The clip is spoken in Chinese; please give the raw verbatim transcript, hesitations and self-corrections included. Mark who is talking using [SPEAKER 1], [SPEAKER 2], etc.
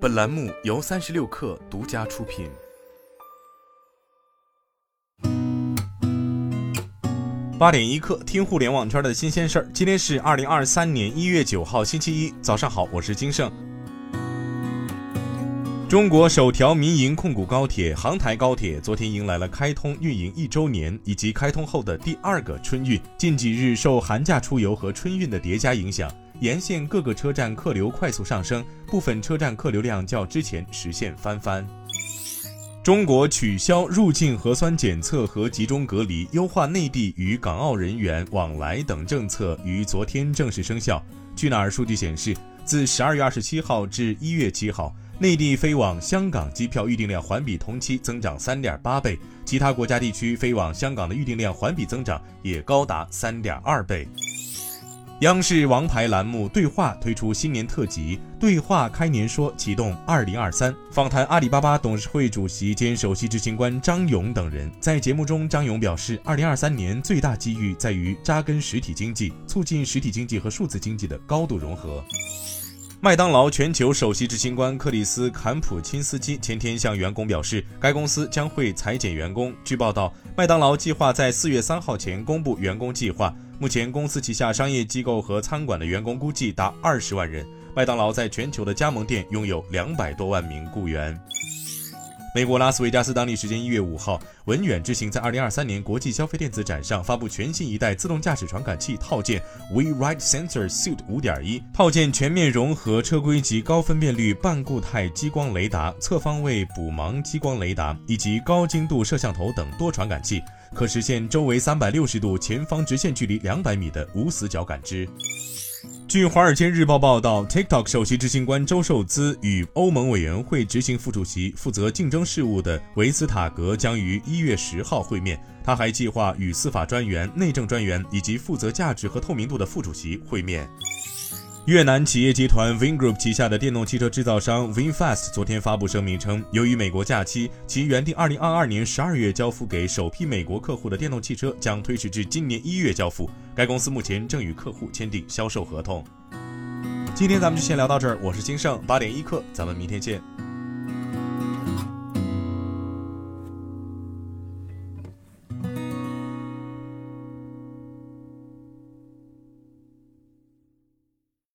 [SPEAKER 1] 本栏目由三十六氪独家出品。八点一刻，听互联网圈的新鲜事儿。今天是二零二三年一月九号，星期一，早上好，我是金盛。中国首条民营控股高铁杭台高铁昨天迎来了开通运营一周年以及开通后的第二个春运。近几日受寒假出游和春运的叠加影响，沿线各个车站客流快速上升，部分车站客流量较之前实现翻番。中国取消入境核酸检测和集中隔离，优化内地与港澳人员往来等政策于昨天正式生效。据哪儿数据显示，自十二月二十七号至一月七号，内地飞往香港机票预订量环比同期增长 三点八倍，其他国家地区飞往香港的预订量环比增长也高达 三点二倍。央视王牌栏目对话推出新年特辑，对话开年说启动二零二三，访谈阿里巴巴董事会主席兼首席执行官张勇等人。在节目中，张勇表示，二零二三年最大机遇在于扎根实体经济，促进实体经济和数字经济的高度融合。麦当劳全球首席执行官克里斯·坎普钦斯基前天向员工表示，该公司将会裁减员工。据报道，麦当劳计划在四月三号前公布员工计划。目前公司旗下商业机构和餐馆的员工估计达二十万人。麦当劳在全球的加盟店拥有两百多万名雇员。美国拉斯维加斯当地时间一月五号，文远智行在二零二三年国际消费电子展上发布全新一代自动驾驶传感器套件 WeRide Sensor Suite 五点一， 套件全面融合车规级高分辨率半固态激光雷达、侧方位补盲激光雷达以及高精度摄像头等多传感器，可实现周围三百六十度、前方直线距离两百米的无死角感知。据《华尔街日报》报道， TikTok 首席执行官周受资与欧盟委员会执行副主席、负责竞争事务的维斯塔格将于一月十号会面。他还计划与司法专员、内政专员以及负责价值和透明度的副主席会面。越南企业集团 Vingroup 旗下的电动汽车制造商 VinFast 昨天发布声明称，由于美国假期，其原定二零二二年十二月交付给首批美国客户的电动汽车将推迟至今年一月交付。该公司目前正与客户签订销售合同。今天咱们就先聊到这儿，我是金盛，八点一刻，咱们明天见。